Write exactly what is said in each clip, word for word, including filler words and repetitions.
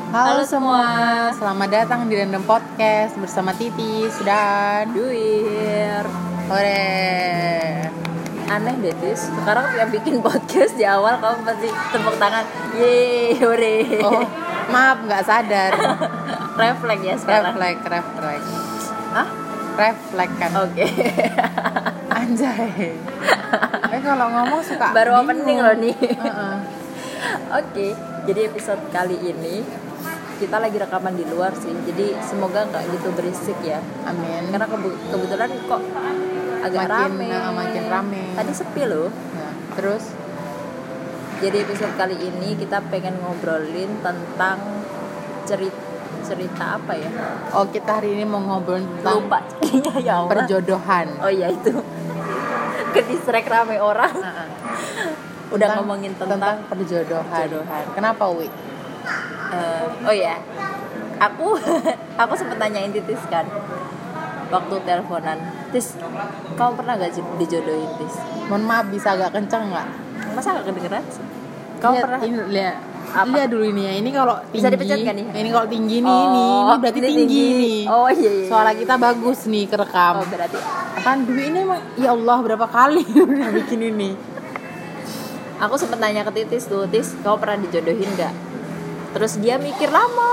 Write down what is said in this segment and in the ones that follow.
Halo, Halo semua. semua, selamat datang di Random Podcast bersama Titis dan Duir. Hore. Aneh deh Tis, sekarang yang bikin podcast di awal kamu pasti tepuk tangan. Yeay, hore. Oh, maaf nggak sadar. Refleks ya sekarang. Refleks, refleks. Hah? Refleks kan. Oke. Okay. Anjay. Eh kalau ngomong suka baru bingung. opening loh nih. Uh-uh. Oke, okay, jadi episode kali ini kita lagi rekaman di luar sih. Jadi semoga nggak gitu berisik ya. Amin. Karena kebu- kebetulan kok agak makin, rame. Uh, makin rame. Tadi sepi loh. Nah, terus jadi episode kali ini kita pengen ngobrolin tentang cerita cerita apa ya? Oh, kita hari ini mau ngobrolin tentang lupa ya Allah. Perjodohan. Oh iya itu. Kedisrek rame orang. Uh-uh. Udah tentang, ngomongin tentang, tentang perjodohan. perjodohan. Kenapa, Wi? Uh, oh ya, aku aku sempet nanyain Titis kan waktu teleponan, Tis, kamu pernah gak dijodohin, Tis? Mohon maaf, bisa agak kenceng nggak? Masa agak kedengeran sih? Kamu lihat, pernah? Ini, lihat, lihat dulu ini ya. Ini kalau tinggi. Bisa dipencet kan nih? Ini kalau tinggi nih, oh, ini, ini berarti ini tinggi, tinggi nih. Oh iya, iya. Suara kita bagus nih kerekam. Oh berarti. Kan Dwi ini emang, ya Allah berapa kali udah bikin ini. Aku sempet nanya ke Titis tuh, Tis, kamu pernah dijodohin gak? Terus dia mikir lama.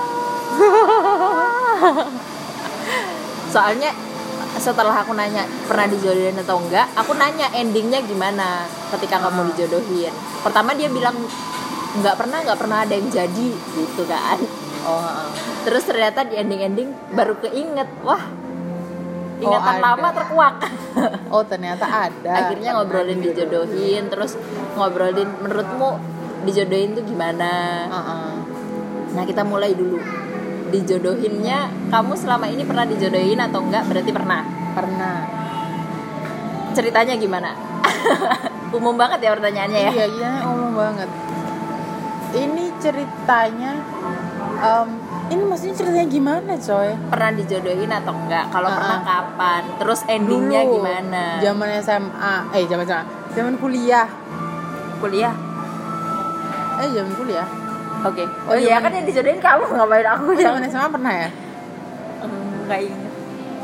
Soalnya setelah aku nanya pernah dijodohin atau enggak, aku nanya endingnya gimana ketika kamu dijodohin. Pertama dia bilang nggak pernah, nggak pernah ada yang jadi gitu kan. Oh. Terus ternyata di ending-ending baru keinget, wah ingatan oh, lama terkuak. Oh ternyata ada. Akhirnya ngobrolin dijodohin, terus ngobrolin menurutmu dijodohin tuh gimana. Uh-uh. Nah kita mulai dulu. Dijodohinnya, kamu selama ini pernah dijodohin atau enggak? Berarti pernah. Pernah. Ceritanya gimana? Umum banget ya pertanyaannya ya. Iya iya umum banget. Ini ceritanya um, ini maksudnya ceritanya gimana coy? Pernah dijodohin atau enggak? Kalau uh-uh. pernah kapan? Terus endingnya dulu, gimana? Zaman S M A, eh zaman zaman zaman kuliah. Kuliah? Eh zaman kuliah. Oke. Okay. Oh, oh iya kan yang dijodohin kamu, ngapain aku? Oh, zaman S M A pernah ya? Enggak ingat.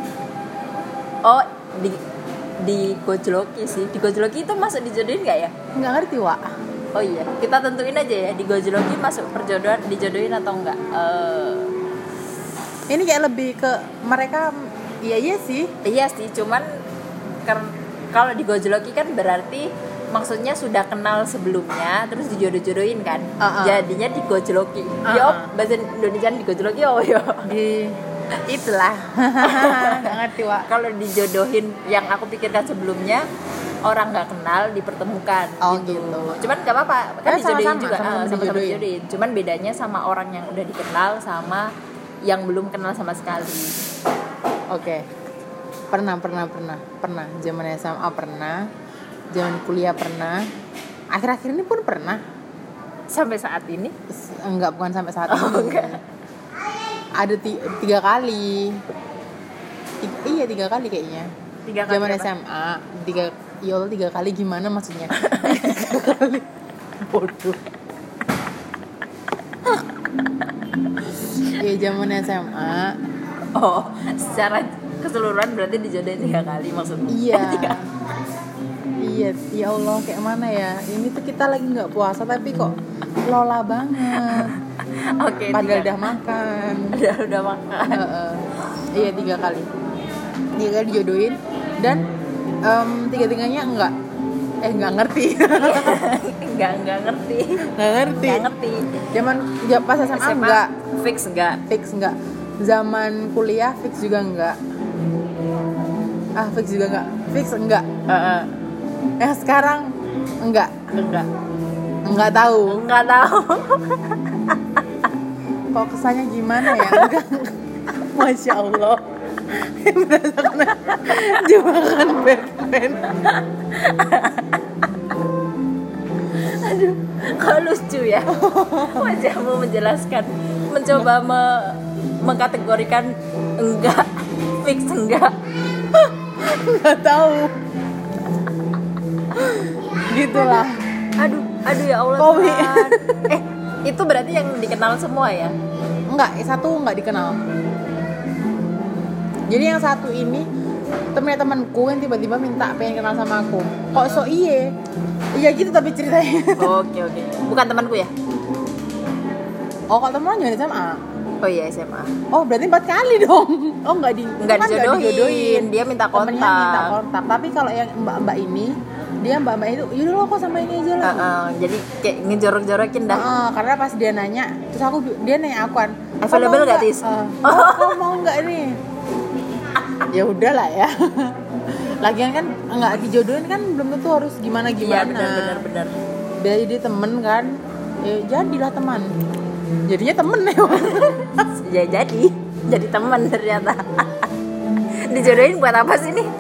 Oh, di di Gojloki sih. Di Gojloki itu masuk dijodohin enggak ya? Enggak ngerti, Wak. Oh iya, kita tentuin aja ya di Gojloki masuk perjodohan, dijodohin atau enggak. Uh, Ini kayak lebih ke mereka, iya iya sih. Iya sih, cuman karena kalau di Gojloki kan berarti maksudnya sudah kenal sebelumnya terus dijodoh-jodohin kan. Uh-uh. Jadinya di Gojloki. Uh-uh. Yo, bahasa Indonesia di Gojloki oh yo. Di itulah. Enggak ngerti, Wak. Kalau dijodohin yang aku pikirkan sebelumnya orang nggak kenal dipertemukan. Oh gitu. gitu. Cuman nggak apa-apa, kan eh, dijodohin sama-sama, juga, sama-sama sama-sama dijodohin. Cuman bedanya sama orang yang udah dikenal sama yang belum kenal sama sekali. Oke. Okay. Pernah, pernah, pernah, pernah. Zaman S M A pernah, zaman kuliah pernah, akhir-akhir ini pun pernah. Sampai saat ini? Enggak, bukan sampai saat oh, ini. Enggak. Ada t- tiga kali. Tiga, iya tiga kali kayaknya. Tiga kali. Zaman apa? S M A tiga. Ya Allah tiga kali gimana maksudnya? Tiga kali. Bodoh. Iya zaman S M A. Oh, secara keseluruhan berarti dijodohin tiga kali maksudnya? Iya. Tiga. Iya, ya Allah kayak mana ya? Ini tuh kita lagi nggak puasa tapi kok lola banget. Oke. Okay, padahal tiga. udah makan. Udah udah makan. Uh, uh. Iya tiga kali. Tiga kali dijodohin dan um, tiga-tiganya enggak. Eh enggak ngerti. enggak enggak ngerti. Enggak ngerti. Enggak ngerti. Zaman ya pas S M A enggak. Fix enggak. Fix enggak. Zaman kuliah fix juga enggak. Ah fix juga enggak. Fix enggak. Uh-uh. Yang sekarang enggak. Enggak. Enggak tahu. Enggak tahu. Kok kesannya gimana ya? Enggak. Masya Allah. Merasakan jebakan Batman. Aduh, kok lucu ya wajahmu menjelaskan, mencoba me- mengkategorikan enggak, fix enggak. Enggak tahu. Gitulah. Aduh, aduh ya Allah Kowi. Tuhan. Eh, Itu berarti yang dikenal semua ya? Enggak, satu enggak dikenal. Jadi yang satu ini temennya temanku yang tiba-tiba minta pengen kenal sama aku. Kok so iye? Iya gitu tapi ceritanya. Oke oke. Bukan temanku ya? Oh kalau temen jangan S M A. Oh iya S M A. Oh berarti empat kali dong. Oh enggak di Enggak kan dijodohin. dijodohin. Dia minta kontak. Temennya minta kontak. Tapi kalau yang mbak-mbak ini dia mbak-mbak itu yaudah lo kok sama ini aja lah. Uh, uh, jadi kayak ngejorok-jorokin dah. Uh, karena pas dia nanya, terus aku dia nanya aku kan, available gak Tis? Uh, oh, oh mau nggak nih? Ya udahlah ya. Lagian kan nggak dijodohin kan belum tentu harus gimana gimana. Iya benar benar. Jadi dia temen kan, ya jadilah teman. Jadinya temen ya. Ya jadi, jadi teman ternyata. Dijodohin buat apa sih nih?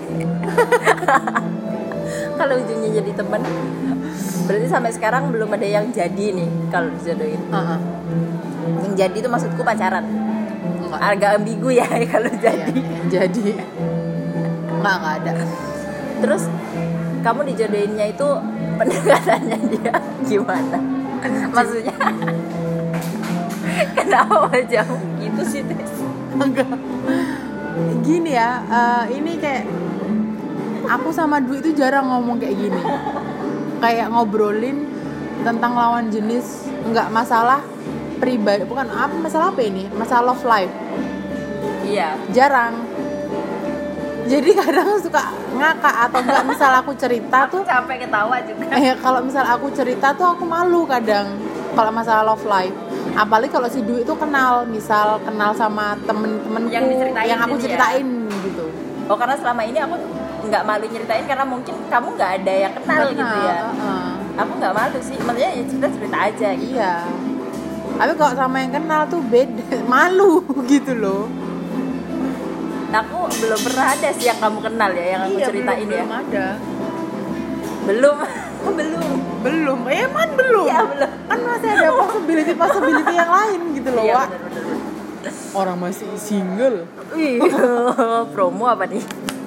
Kalau ujungnya jadi teman, berarti sampai sekarang belum ada yang jadi nih kalau dijodohin. Uh-uh. Yang jadi itu maksudku pacaran. Enggak. Agak ambigu ya kalau jadi. Iya, jadi nggak nggak ada. Terus kamu dijodohinnya itu pendekatannya dia gimana? Maksudnya kenapa wajahmu gitu sih Tes? Enggak. Gini ya, uh, ini kayak aku sama Dwi itu jarang ngomong kayak gini. Kayak ngobrolin tentang lawan jenis, nggak masalah pribadi, bukan apa masalah apa ini? Masalah love life. Iya. Jarang. Jadi kadang suka ngakak atau enggak misal aku cerita tuh capek ketawa juga. Eh kalau misal aku cerita tuh aku malu kadang kalau masalah love life. Apalagi kalau si Dwi itu kenal, misal kenal sama temen-temenku yang, yang aku ceritain ya? Gitu. Oh karena selama ini aku nggak malu nyeritain karena mungkin kamu nggak ada yang kenal, kenal gitu ya. Uh-uh. Aku nggak malu sih, maksudnya ya cerita cerita aja. Gitu. Iya. Tapi kalau sama yang kenal tuh beda, malu gitu loh. Nah, aku belum pernah ada sih yang kamu kenal ya, yang aku iya, ceritain belum, ya. Belum ada. Belum, belum. Belum, emang belum. Iya belum. Kan masih ada possibility possibility yang lain gitu loh, iya, Wak. Bener, bener, bener. Orang masih single. Wih, promo apa nih?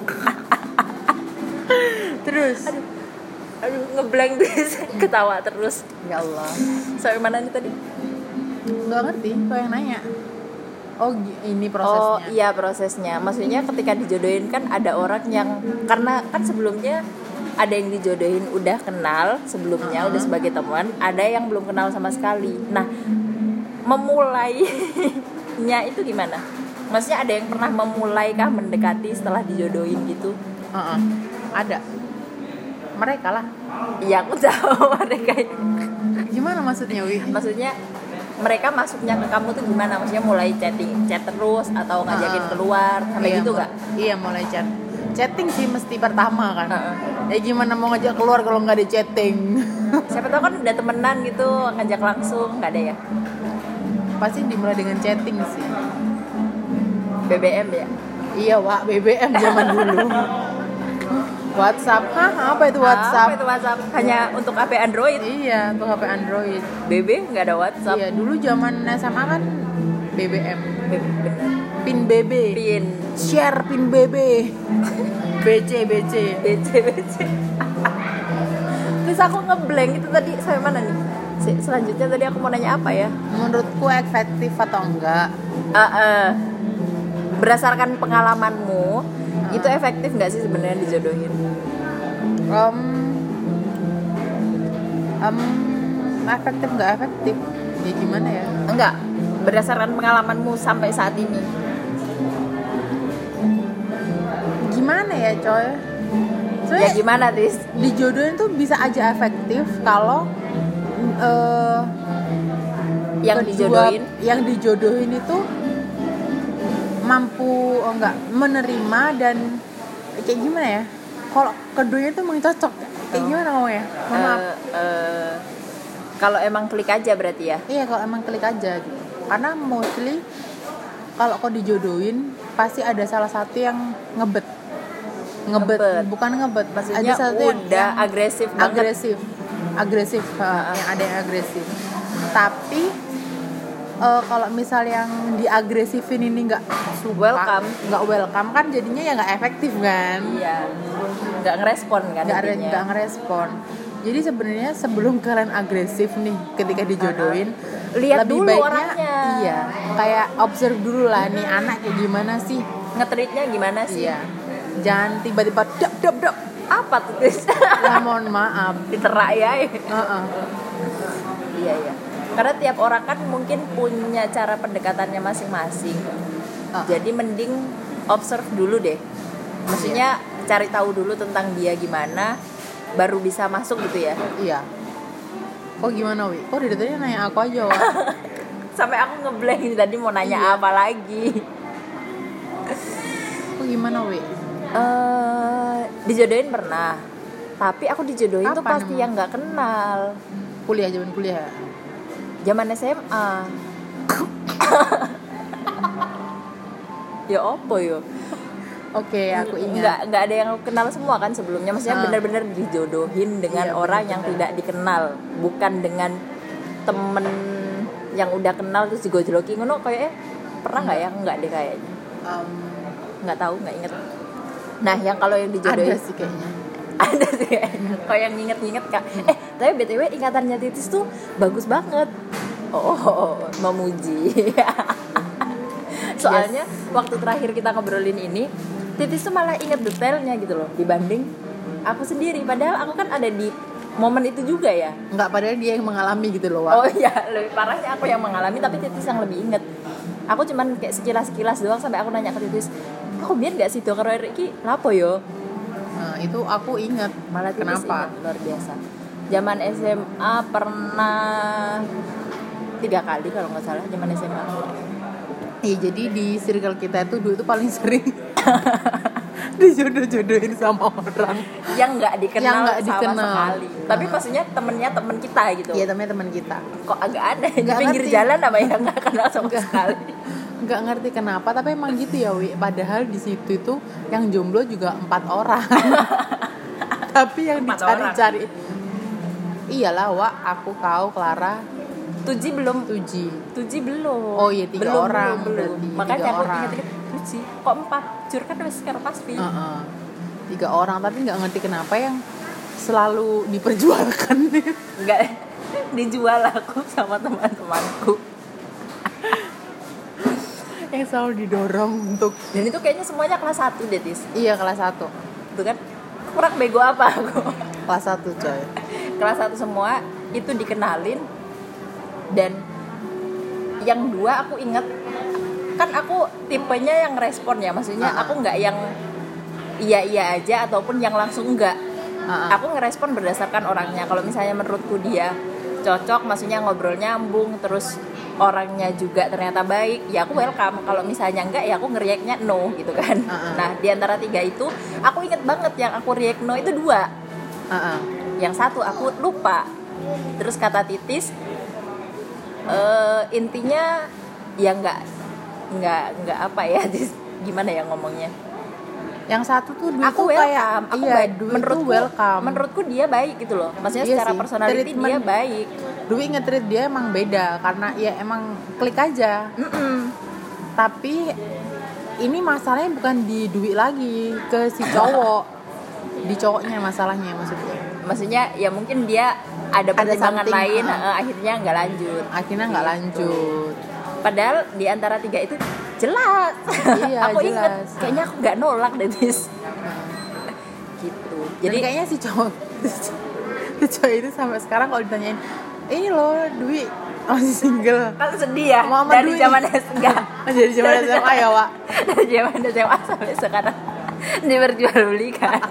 Terus, aduh, aduh ngeblank terus, ketawa terus. Ya Allah. Sampai mana nih tadi? Gak ngerti, kok yang nanya. Oh ini prosesnya. Oh iya prosesnya. Maksudnya ketika dijodohin kan ada orang yang karena kan sebelumnya ada yang dijodohin udah kenal sebelumnya, uh-huh. udah sebagai teman, ada yang belum kenal sama sekali. Nah, memulainya itu gimana? Maksudnya ada yang pernah memulai kah mendekati setelah dijodohin gitu? Uh-uh. Ada. Mereka lah. Iya aku tahu mereka. Gimana maksudnya, Wi? Maksudnya mereka masuknya ke kamu tuh gimana? Maksudnya mulai chatting, chat terus atau ngajakin uh-uh. keluar sampai iya, gitu nggak? Iya mulai chat. Chatting sih mesti pertama kan. Uh-uh. Ya gimana mau ngajak keluar kalau nggak ada chatting? Siapa tahu kan udah temenan gitu ngajak langsung, nggak ada ya? Pasti dimulai dengan chatting sih. B B M ya? Iya Wak, B B M zaman dulu. WhatsApp, hah apa itu WhatsApp? Apa itu WhatsApp? Hanya untuk H P Android? Iya, untuk H P Android. B B nggak ada WhatsApp? Iya, dulu zaman S M A kan B B M. Bener. Pin B B. Pin. Share pin B B. B C B C. B C B C. Terus aku ngeblank itu tadi sampai mana nih? Selanjutnya tadi aku mau nanya apa ya? Menurutku efektif atau enggak? Uh, uh. Berdasarkan pengalamanmu, uh. itu efektif nggak sih sebenarnya dijodohin? Um, um, efektif nggak efektif? Ya gimana ya? Enggak. Berdasarkan pengalamanmu sampai saat ini. Gimana ya, coy? Soalnya, ya gimana, Tis? Dijodohin tuh bisa aja efektif kalau uh, yang dijodohin, yang dijodohin itu mampu oh enggak menerima dan kayak gimana ya? Kalau keduanya tuh cocok. Kayak gimana ngomongnya? Mohon maaf. Uh, uh, kalau emang klik aja berarti ya? Iya, kalau emang klik aja gitu. Karena mostly kalau kau dijodohin pasti ada salah satu yang ngebet. Ngebet, ngebet. bukan ngebet. Maksudnya ada satu yang, udah yang agresif banget. Agresif. Agresif, uh, yang ada yang agresif. Tapi uh, kalau misal yang diagresifin ini nggak welcome, nggak welcome kan jadinya ya nggak efektif kan? Iya. Nggak ngerespon kan? Nggak nggak ngerespon. Jadi sebenarnya sebelum kalian agresif nih ketika dijodohin, uh-huh. lihat lebih dulu baiknya, orangnya. Iya, kayak observe dulu lah nih anak kayak gimana sih, nge-treatnya gimana sih. Iya. Jangan tiba-tiba dap dap dap. Apa tuh guys? Ya mohon maaf, diterak ya. uh-uh. Iya iya. Karena tiap orang kan mungkin punya cara pendekatannya masing-masing. Uh. Jadi mending observe dulu deh. Maksudnya yeah. cari tahu dulu tentang dia gimana, baru bisa masuk gitu ya. Iya. Kok gimana Wi? Kok dari tadi nanya aku aja Wak? Sampai aku ngeblank tadi mau nanya iya. apa lagi. Kok gimana Wi? Uh, dijodohin pernah. Tapi aku dijodohin Kapan tuh pasti emang? Yang nggak kenal. Kuliah, zaman kuliah. Zaman S M A. Ya opo yo. Oke, okay, aku ingat. Nggak nggak ada yang kenal semua kan sebelumnya. Maksudnya uh. benar-benar dijodohin dengan iya, orang bener, yang bener. Tidak dikenal, bukan dengan temen yang udah kenal terus digojloki. Ngono kayaknya pernah nggak ya? Nggak deh kayaknya. Um, nggak tahu, nggak inget. Nah, yang kalau yang dijodohin ada sih kayaknya. Ada sih kayaknya. Kalau yang nginget-nginget Kak. Eh, tapi B T W ingatannya Titis tuh bagus banget. Oh, oh, oh memuji. Soalnya yes. waktu terakhir kita ngobrolin ini, Titis tuh malah inget detailnya gitu loh dibanding aku sendiri. Padahal aku kan ada di momen itu juga ya. Enggak, padahal dia yang mengalami gitu loh, Wak. Oh iya, lebih parahnya aku yang mengalami tapi Titis yang lebih inget. Aku cuman kayak sekilas-sekilas doang sampai aku nanya ke Titis, aku biar gak sih dokter Riki lapo yo. Nah, itu aku ingat. Malah Titis kenapa? Ingat, luar biasa. Zaman S M A pernah tiga kali kalau nggak salah zaman S M A. Iya, jadi di circle kita itu dulu itu paling sering dijodoh-jodohin sama orang yang nggak dikenal yang gak sama dikenal. sekali. Tapi uh-huh. maksudnya temennya temen kita gitu. Iya, temennya temen kita. Kok agak aneh di pinggir ngerti. Jalan apa yang nggak kenal sama gak. sekali. Nggak ngerti kenapa, tapi emang gitu ya Wi. Padahal di situ itu yang jomblo juga empat orang. Tapi yang dicari-cari iyalah Wak, aku kau Clara. Tuji belum. Tuji. Tuji belum. Oh iya, tiga belum, orang belum, belum. berarti. Makanya tiga aku orang. ingat-ingat Tuji. Kok empat? Jur kan wis karo pasti. Uh-uh. Tiga orang, tapi nggak ngerti kenapa yang selalu diperjualkan. Nggak dijual aku sama teman-temanku. Yang selalu didorong untuk. Dan itu kayaknya semuanya kelas satu deh, Tis. Iya, kelas satu. Itu kan kurang bego apa aku. Kelas satu coy. Kelas satu semua itu dikenalin. Dan yang dua aku inget, kan aku tipenya yang respon ya, maksudnya uh-huh. aku nggak yang iya iya aja ataupun yang langsung enggak. Uh-huh. Aku ngerespon berdasarkan orangnya. Kalau misalnya menurutku dia cocok, maksudnya ngobrol nyambung, terus orangnya juga ternyata baik, ya aku welcome. Kalau misalnya enggak, ya aku nge-react-nya no gitu kan. Uh-huh. Nah, di antara tiga itu aku inget banget yang aku react no itu dua. Uh-huh. Yang satu aku lupa. Terus kata Titis, Uh, intinya ya nggak nggak nggak apa ya, gimana ya ngomongnya. Yang satu tuh dulu aku tuh welcome, kayak aku iya, baik. Menurutku welcome. Menurutku dia baik gitu loh. Maksudnya iya secara sih, personality dia baik. Dwi nge-treat dia emang beda karena ya emang klik aja. Mm-mm. Tapi ini masalahnya bukan di Dwi lagi, ke si cowok. Di cowoknya masalahnya maksudnya. Maksudnya ya mungkin dia ada pertimbangan lain, uh, akhirnya nggak lanjut. Akhirnya nggak gitu. lanjut. Padahal di antara tiga itu jelas. Iya, aku jelas. inget, kayaknya aku nggak nolak deh, Tis. Gitu. Jadi dan kayaknya si cowok, si cowok itu sampai sekarang kalau ditanyain, ini loh Dwi masih single. Kan sedih ya. Mama dari zaman S M A. Dari zaman S M A ya, Wak. Dari zaman S M A sampai sekarang diperjualbelikan.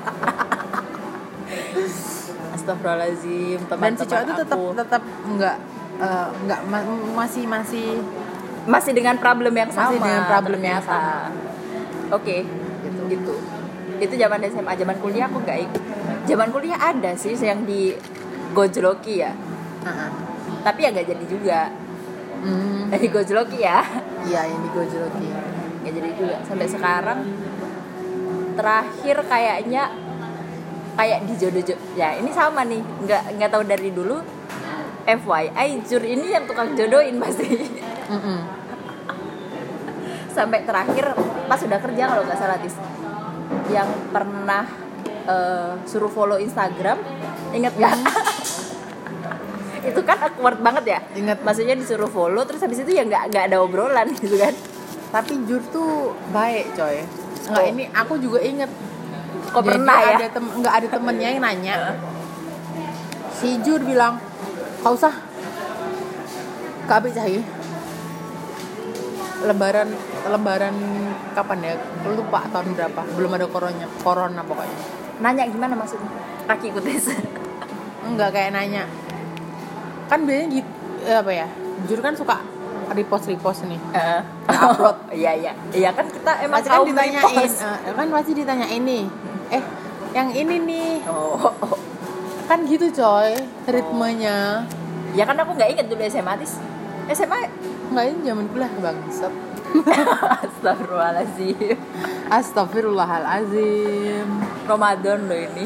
Astagfirullahaladzim, teman-teman. Dan si cowok itu tetap tetap enggak uh, enggak ma- masih masih masih dengan problem yang sama. Masih dengan problem yang sama. Oke, okay. gitu. gitu. Itu zaman S M A, zaman kuliah aku enggak ikut. Zaman kuliah ada sih yang di gojloki ya. Uh-huh. Tapi ya enggak jadi juga. Mm. Di gojloki ya. Iya, yang di gojloki. Enggak jadi juga sampai sekarang. Terakhir kayaknya kayak di jodoh-jodoh ya, ini sama nih, nggak nggak tahu dari dulu. F Y I Jur ini yang tukang jodohin pasti. Sampai terakhir pas sudah kerja kalau nggak salah, Tis, yang pernah uh, suruh follow Instagram, inget nggak? Mm. itu kan awkward banget ya. Ingat. Maksudnya disuruh follow terus habis itu ya nggak nggak ada obrolan gitu kan. Tapi Jur tuh baik coy. Nggak, Oh. ini aku juga inget. Kok Jadi pernah ya? ada tem- nggak ada temennya yang nanya. Si Jur bilang, kau usah Kabe Cahaya. Lebaran lebaran kapan ya? Lupa tahun berapa. Belum ada corona, corona pokoknya. Nanya gimana maksudnya? Kaki kutis. Enggak, kayak nanya. Kan biasanya gitu, apa ya? Jur kan suka repost-repost nih. Heeh. Upload. Iya iya. Iya kan kita emang Pasti kan kaum ditanyain, repost. eh, kan pasti ditanyain nih. Eh, yang ini nih. Oh, oh. Kan gitu coy, ritmenya. Ya kan aku nggak inget dulu S M A tis. S M A Enggak, ini zaman kuliah bangsat. Astagfirullahaladzim. Astagfirullahalazim. Ramadan loh ini.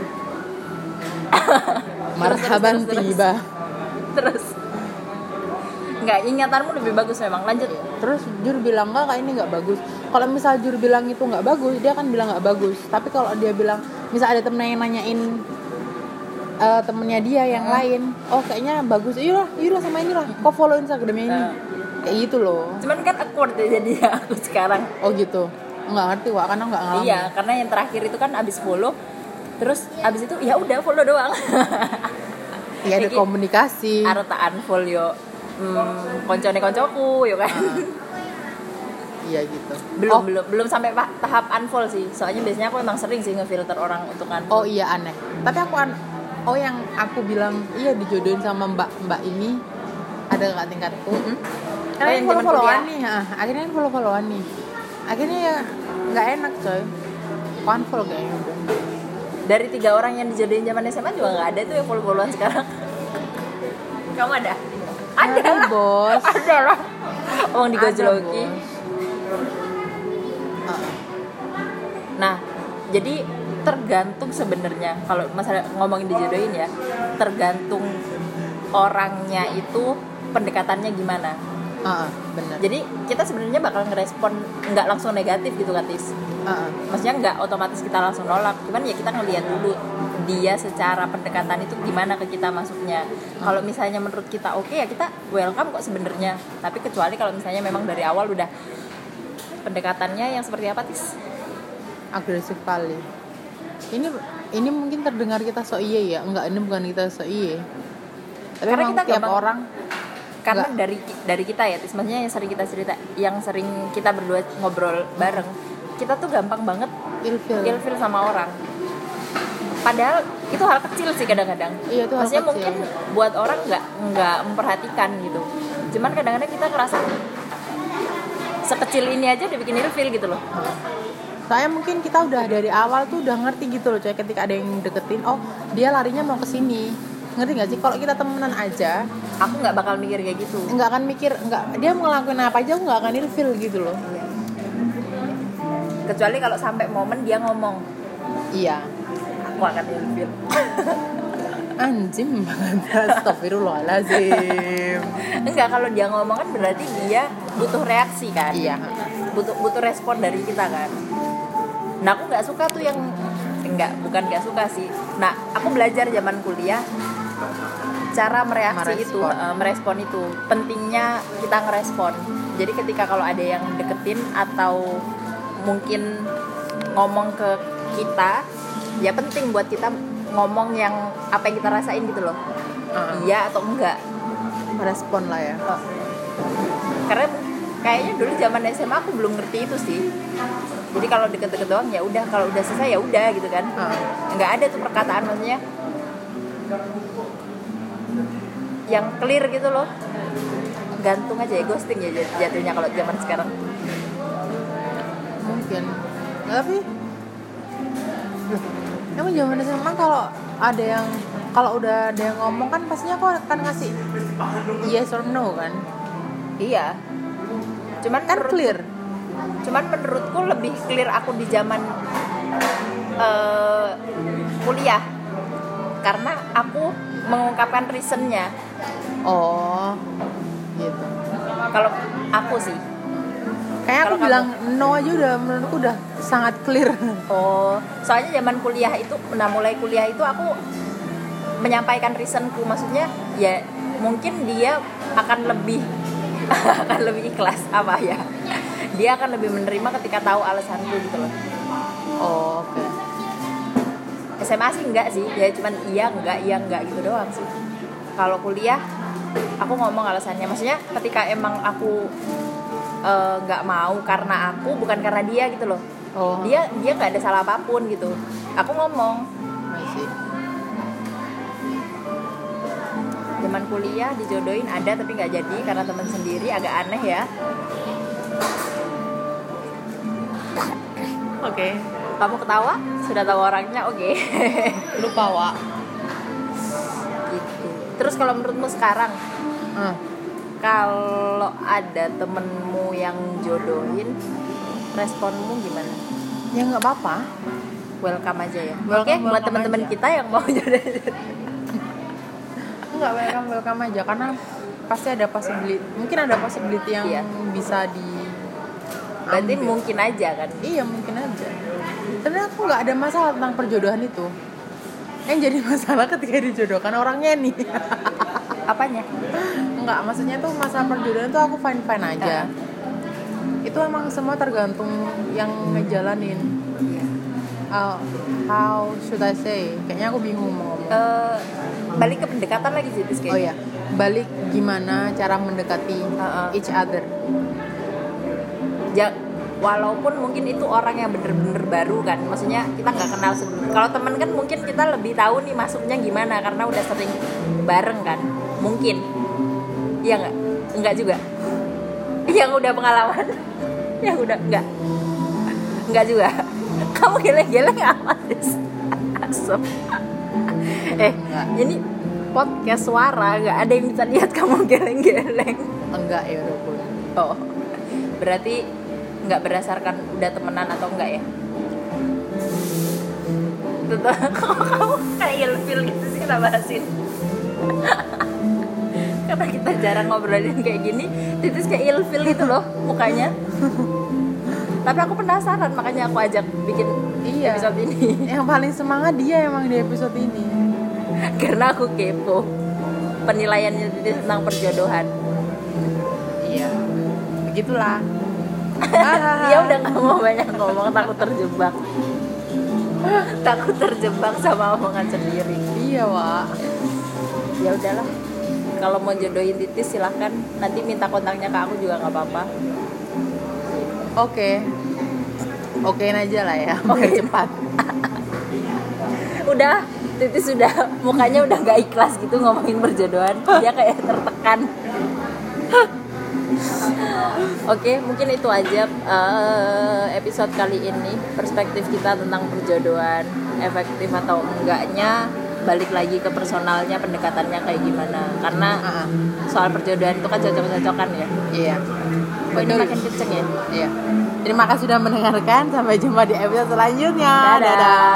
Marhaban terus, terus, tiba. Terus nggak, ingatanmu lebih bagus memang. Lanjut. Terus Jur bilang enggak, kayak ini nggak bagus. Kalau misal Jur bilang itu nggak bagus, dia kan bilang nggak bagus. Tapi kalau dia bilang, misal ada temen yang nanyain uh, temennya dia yang hmm. lain, oh kayaknya bagus, iya iya sama ini lah, kok follow Instagramnya ini, uh. kayak gitu loh. Cuman kan awkward ya jadi aku sekarang. Oh gitu, nggak ngerti wak, karena nggak ngalamin. Iya, karena yang terakhir itu kan abis follow, terus abis itu ya udah follow doang. Iya, ada komunikasi. Arta unfollow yo, hmm, koncone koncoku yo kan. Uh. Iya gitu. Belum oh. belum belum sampai tahap unfollow sih. Soalnya biasanya aku emang sering sih ngefilter orang untuk unfollow. Oh iya, aneh. Tapi aku an oh yang aku bilang iya dijodohin sama mbak mbak ini ada kakak tingkatku. Mm-hmm. Karena oh, follow followan nih, ah, akhirnya follow followan nih. Akhirnya ya nggak enak coy. Unfollow kayaknya udah. Dari tiga orang yang dijodohin zaman S M A juga nggak ada tuh yang follow followan sekarang. Kamu ada? Ada nah, lah. Bos. Ada lah. Orang di Gojloki. Nah, jadi tergantung sebenarnya kalau masalah ngomongin dijodohin ya, tergantung orangnya itu pendekatannya gimana. Uh, benar. Jadi kita sebenarnya bakal ngerespon nggak langsung negatif gitu kan Tis. Uh, Maksudnya nggak otomatis kita langsung nolak, cuman ya kita ngelihat dulu dia secara pendekatan itu gimana ke kita masuknya. Uh. Kalau misalnya menurut kita oke okay, ya kita welcome kok sebenarnya. Tapi kecuali kalau misalnya memang dari awal udah pendekatannya yang seperti apa Tis? Agresif kali. Ini ini mungkin terdengar kita so iye ya, enggak, ini bukan kita so iye. Tapi karena kita tiap gampang, orang karena enggak. dari dari kita ya, maksudnya yang sering kita cerita, yang sering kita berdua ngobrol bareng, kita tuh gampang banget ilfil, ilfil sama orang. Padahal itu hal kecil sih kadang-kadang. Iya, itu hal maksudnya kecil. Mungkin buat orang nggak nggak memperhatikan gitu. Cuman kadang-kadang kita ngerasa sekecil ini aja udah bikin ilfil gitu loh. Saya mungkin kita udah dari awal tuh udah ngerti gitu loh coy, ketika ada yang deketin, oh dia larinya mau ke sini. Ngerti nggak sih? Kalau kita temenan aja, aku nggak bakal mikir kayak gitu. Nggak akan mikir, nggak, dia mau ngelakuin apa aja, aku nggak akan ilfil gitu loh. Kecuali kalau sampai momen dia ngomong, iya, aku akan ilfil. Anjing banget, astagfirullahaladzim. Enggak, kalau dia ngomong kan berarti dia butuh reaksi kan. Iya. Butuh butuh respon dari kita kan. Nah aku nggak suka tuh yang enggak, bukan nggak suka sih. Nah aku belajar zaman kuliah cara mereaksi merespon. itu, uh, merespon itu pentingnya kita ngerespon. Jadi ketika kalau ada yang deketin atau mungkin ngomong ke kita, ya penting buat kita ngomong yang apa yang kita rasain gitu loh. Uh-huh. Iya atau enggak, merespon lah ya. Uh. Karena kayaknya dulu zaman S M A aku belum ngerti itu sih. Jadi kalau deket-deket doang ya udah, kalau udah selesai ya udah gitu kan. Uh. Nggak ada tuh perkataan maksudnya yang clear gitu loh. Gantung aja ya, ghosting ya jatuhnya kalau zaman sekarang. Mungkin. Tapi emang zaman S M A kalau ada yang kalau udah ada yang ngomong kan pastinya aku akan ngasih yes or no kan. Iya. Cuman kan menurut, clear. Cuman menurutku lebih clear aku di zaman uh, kuliah. Karena aku mengungkapkan reasonnya. Oh, gitu. Kalau aku sih. Kayak aku bilang kamu, no aja udah menurutku udah sangat clear. Oh, soalnya zaman kuliah itu, nah mulai kuliah itu aku menyampaikan reasonku, maksudnya ya mungkin dia akan lebih akan lebih ikhlas apa ya, dia akan lebih menerima ketika tahu alasanku gitu loh. Oh, oke. Okay. S M A sih enggak sih, ya cuman iya enggak iya enggak gitu doang sih. Kalau kuliah aku ngomong alasannya, maksudnya ketika emang aku nggak uh, mau karena aku, bukan karena dia gitu loh. Oh. Dia dia nggak ada salah apapun gitu. Aku ngomong. Masih. Zaman kuliah dijodohin ada tapi nggak jadi karena teman sendiri, agak aneh ya. Oke. Okay. Kamu ketawa? Sudah tahu orangnya, oke. Okay. Lupa, Wak. Gitu. Terus kalau menurutmu sekarang, hmm. kalau ada temenmu yang jodohin, responmu gimana? Ya nggak apa-apa. Welcome aja ya. Oke, okay, buat teman-teman kita yang mau jodohin. Nggak welcome welcome aja, karena pasti ada possibility, mungkin ada possibility yang iya. bisa di. Berarti mungkin aja kan? Iya mungkin aja. Tapi aku nggak ada masalah tentang perjodohan itu. Yang jadi masalah ketika dijodohkan orangnya nih. Apanya? Enggak, maksudnya tuh masalah perjodohan tuh aku fine fine aja. Uh. Itu emang semua tergantung yang ngejalanin. Uh, how should I say? Kayaknya aku bingung mau ngomong. Uh, balik ke pendekatan lagi sih, kayaknya. Oh iya, balik gimana cara mendekati uh-uh. each other. Ja, walaupun mungkin itu orang yang bener-bener baru kan, maksudnya kita nggak kenal sebelum. Kalau teman kan mungkin kita lebih tahu nih masuknya gimana karena udah sering bareng kan, mungkin. Iya nggak? Enggak juga. Yang udah pengalaman, yang udah enggak, enggak juga. Kamu geleng-geleng amat des. Asem. Eh, enggak. Ini podcast suara, nggak ada yang bisa lihat kamu geleng-geleng. Enggak ya udah boleh. Oh, berarti nggak berdasarkan udah temenan atau enggak ya? Tetap kamu kayak ilfil gitu sih kita bahasin. Karena kita jarang ngobrolin kayak gini, Titis kayak ilfil gitu loh mukanya. Tapi aku penasaran, makanya aku ajak bikin iya, episode ini. Yang paling semangat dia emang di episode ini. Karena aku kepo penilaiannya Titis tentang perjodohan. Iya, begitulah. Dia udah nggak mau banyak ngomong, takut terjebak. Takut terjebak sama omongan sendiri. Iya, Wak. Ya udahlah. Kalau mau jodohin Titis silahkan. Nanti minta kontaknya ke aku juga nggak apa-apa. Oke, okein aja lah ya, biar cepat. Udah, Titis sudah mukanya udah nggak ikhlas gitu ngomongin perjodohan. Dia kayak tertekan. Oke, mungkin itu aja uh, episode kali ini, perspektif kita tentang perjodohan, efektif atau enggaknya, balik lagi ke personalnya, pendekatannya kayak gimana. Karena uh-huh. soal perjodohan itu kan cocok-cocokan ya. Iya. Oh, ini makin kenceng ya. Iya. Terima kasih sudah mendengarkan. Sampai jumpa di episode selanjutnya. Dadah. Dadah.